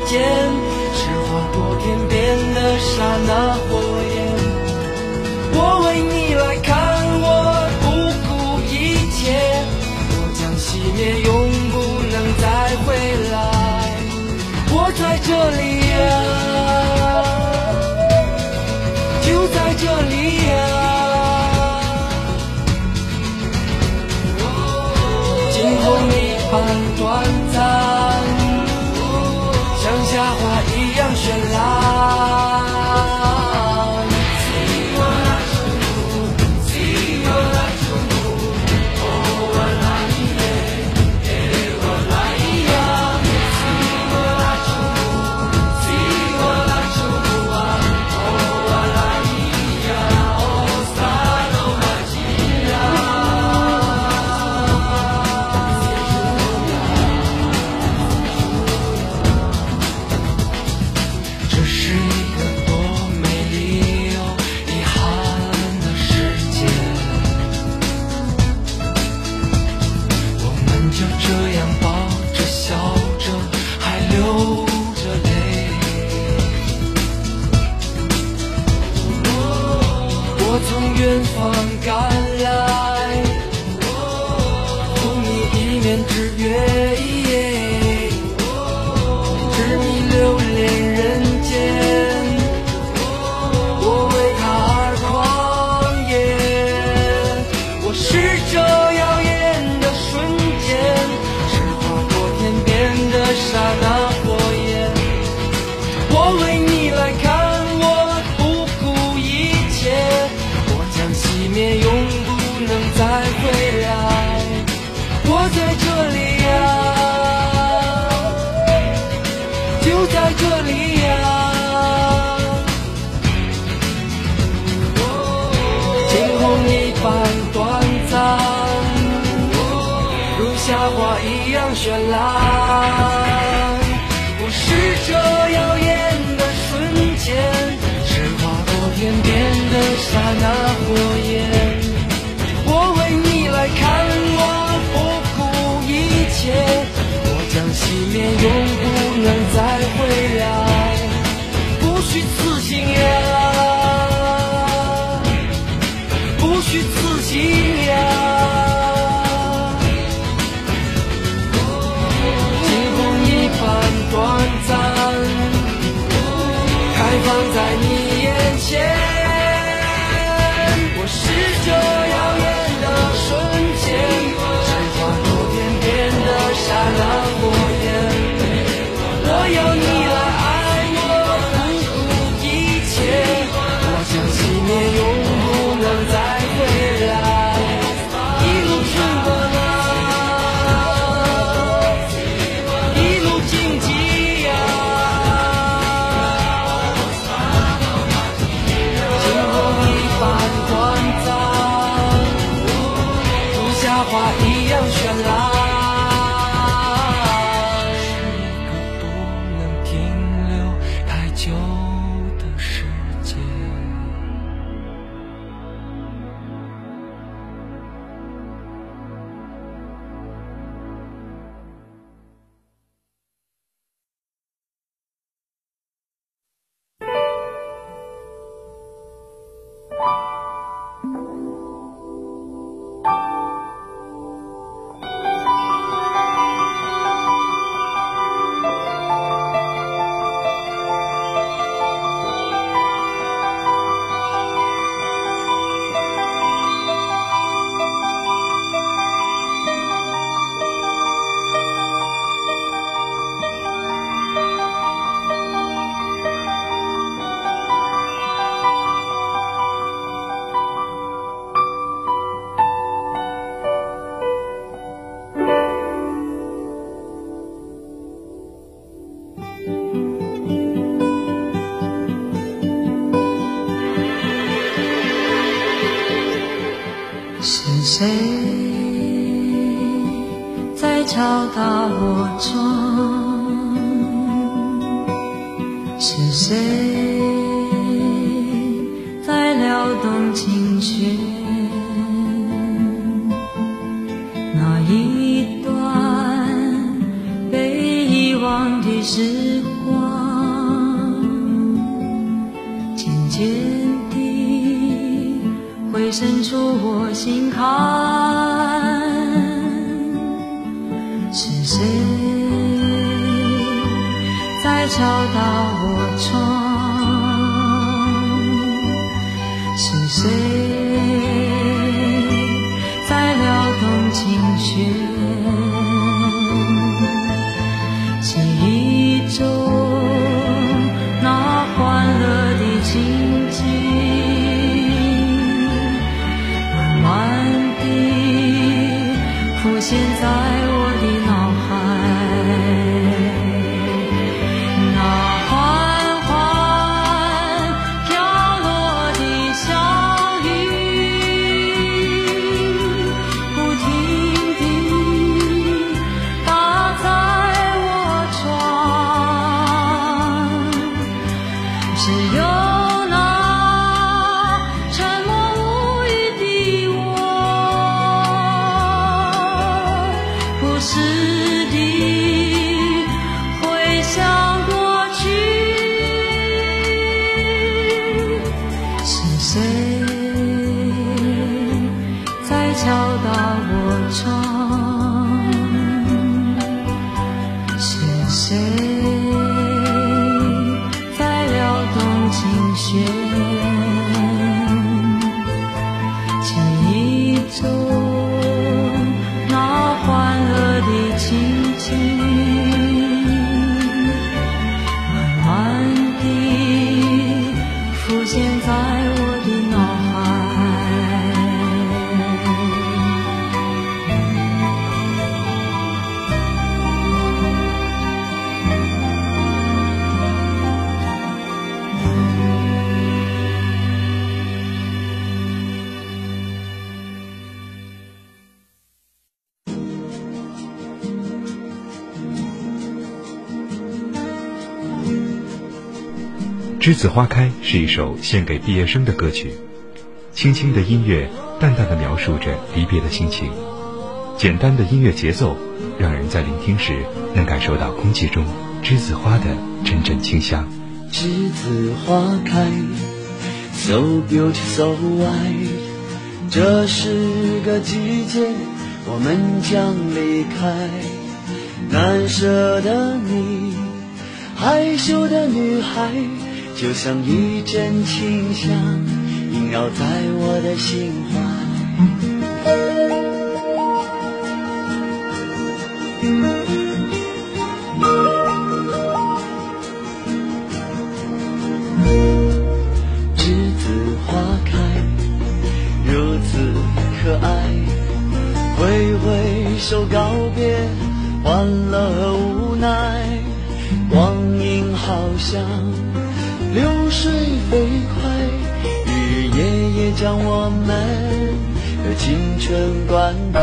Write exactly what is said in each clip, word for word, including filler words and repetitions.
间，是划过天边的刹那火焰。我为你来看，我不顾一切，我将熄灭，永不能再回来。我在这里啊，就在这里啊，惊鸿一般短暂，像夏花一样绚烂。我从远方赶来，赴你一面之约，执迷流连人间，我为他而狂野。我是这耀眼的瞬间，是划过天边的刹那火焰。我为你来看，我不顾一切，熄灭，永不能再回来。我在这里啊，就在这里啊，惊鸿一般短暂，如夏花一样绚烂。我是这耀眼的瞬间，是划过天边的刹那火焰。我为你来看，我不顾一切，我将熄灭，永不能再回来。不虚此行呀，不虚此行呀，惊鸿一般短暂，开放在你眼前。我是这耀眼的瞬间，是划过天边的刹那火焰。我要你来爱我，不顾一切，我将熄灭，永不能再回来。一路春光啊，一路荆棘呀，惊鸿一般短暂，如夏花一样绚烂。是一个不能停留太久的时间。 是谁在敲打我窗？是谁在撩动琴弦？那一段被遗忘的时光。 光，渐渐地会渗出我心坎。是谁在敲打我窗？是谁在撩动琴弦？记忆中那欢乐的情景，慢慢地浮现在我的脑海。那缓缓飘落的小雨，不停地打在我窗，只有那沉默无语的我，不时地回想过去。是谁在敲打我窗？是谁在撩动琴弦？记忆中那欢乐的情景，慢慢地浮现在我的脑海。 栀子花开是一首献给毕业生的歌曲，轻轻的音乐淡淡的描述着离别的心情，简单的音乐节奏让人在聆听时能感受到空气中栀子花的阵阵清香。 栀子花开 So beautiful so white， 这是个季节我们将离开，难舍的你，害羞的女孩，就像一阵清香萦绕在我的心怀。栀子花开如此可爱，挥挥手告别欢乐和无奈，光阴好像流水飞快，日夜夜将我们的青春灌溉。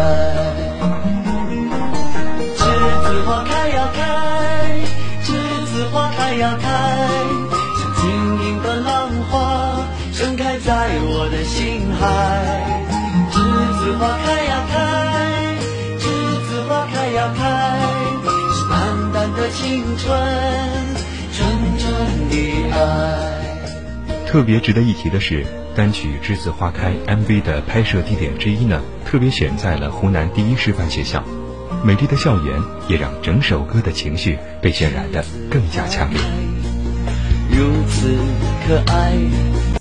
栀子花开呀开，栀子花开呀开，像晶莹的浪花盛开在我的心海。栀子花开呀开，栀子花开呀开，是淡淡的青春，纯纯的爱。 特别值得一提的是，单曲《栀子花开》M V 的拍摄地点之一呢，特别选在了湖南第一师范学校。美丽的校园也让整首歌的情绪被渲染得更加强烈。 如此可爱。